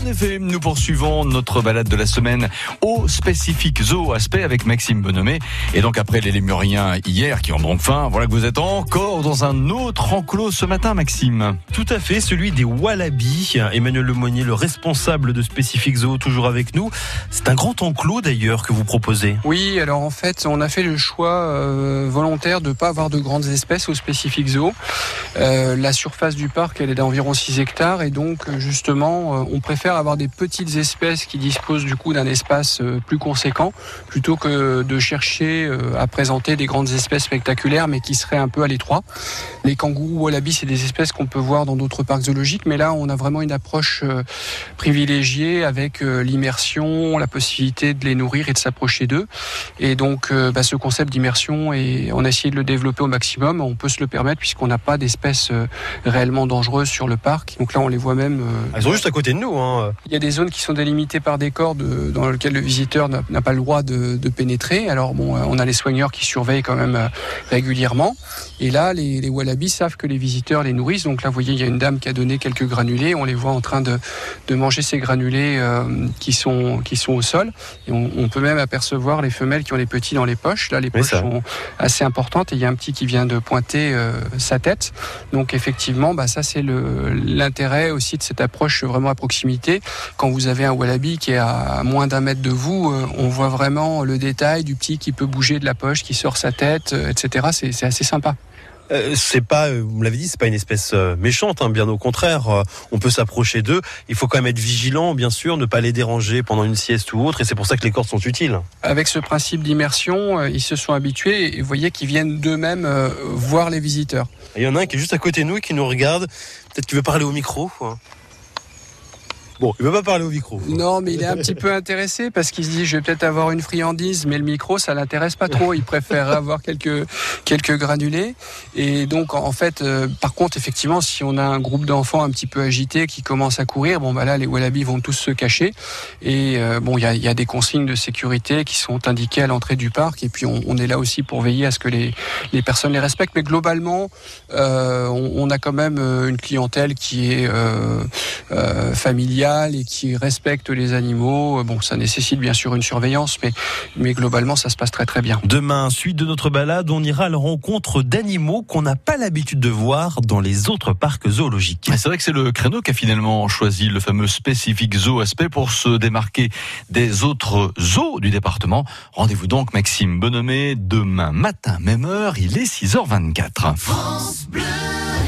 En effet, nous poursuivons notre balade de la semaine au Spécifique Zoo Aspect avec Maxime Bonhomet. Et donc après les lémuriens hier qui ont donc faim, voilà que vous êtes encore dans un autre enclos ce matin, Maxime. Tout à fait, celui des wallabies. Emmanuel Lemonnier, le responsable de Spécifique Zoo, toujours avec nous. C'est un grand enclos d'ailleurs que vous proposez. Oui, alors en fait, on a fait le choix volontaire de ne pas avoir de grandes espèces au Spécifique Zoo. La surface du parc, elle est d'environ 6 hectares et donc justement, on préfère avoir des petites espèces qui disposent du coup d'un espace plus conséquent plutôt que de chercher à présenter des grandes espèces spectaculaires mais qui seraient un peu à l'étroit. Les kangourous wallabies, c'est des espèces qu'on peut voir dans d'autres parcs zoologiques, mais là, on a vraiment une approche privilégiée avec l'immersion, la possibilité de les nourrir et de s'approcher d'eux. Et donc, ce concept d'immersion, on a essayé de le développer au maximum. On peut se le permettre puisqu'on n'a pas d'espèces réellement dangereuses sur le parc. Donc là, on les voit même. Elles sont juste à côté de nous. Il y a des zones qui sont délimitées par des cordes dans lesquelles le visiteur n'a pas le droit de pénétrer. Alors bon, on a les soigneurs qui surveillent quand même régulièrement. Et là, les wallabies savent que les visiteurs les nourrissent. Donc là, vous voyez, il y a une dame qui a donné quelques granulés. On les voit en train de manger ces granulés qui sont au sol. Et on peut même apercevoir les femelles qui ont les petits dans les poches. Là, les poches sont assez importantes. Et il y a un petit qui vient de pointer sa tête. Donc effectivement, ça c'est l'intérêt aussi de cette approche vraiment à proximité. Quand vous avez un wallaby qui est à moins d'1 mètre de vous, on voit vraiment le détail du petit qui peut bouger de la poche, qui sort sa tête, etc. C'est assez sympa. C'est pas, vous me l'avez dit, c'est pas une espèce méchante, bien au contraire. On peut s'approcher d'eux. Il faut quand même être vigilant, bien sûr, ne pas les déranger pendant une sieste ou autre. Et c'est pour ça que les cordes sont utiles. Avec ce principe d'immersion, ils se sont habitués et vous voyez qu'ils viennent d'eux-mêmes voir les visiteurs. Il y en a un qui est juste à côté de nous et qui nous regarde. Peut-être qu'il veut parler au micro. Bon, il veut pas parler au micro. Non, mais il est un petit peu intéressé parce qu'il se dit je vais peut-être avoir une friandise, mais le micro ça l'intéresse pas trop. Il préfère avoir quelques granulés. Et donc en fait, par contre, effectivement, si on a un groupe d'enfants un petit peu agités qui commencent à courir, là les wallabies vont tous se cacher. Et il y a des consignes de sécurité qui sont indiquées à l'entrée du parc. Et puis on est là aussi pour veiller à ce que les personnes les respectent. Mais globalement, on a quand même une clientèle qui est familiale et qui respecte les animaux. Ça nécessite bien sûr une surveillance, mais globalement, ça se passe très très bien. Demain, suite de notre balade, on ira à la rencontre d'animaux qu'on n'a pas l'habitude de voir dans les autres parcs zoologiques. C'est vrai que c'est le créneau qu'a finalement choisi le fameux Spécifique Zoo Aspect pour se démarquer des autres zoos du département. Rendez-vous donc, Maxime Bonhomet, demain matin, même heure, il est 6h24. France Bleu.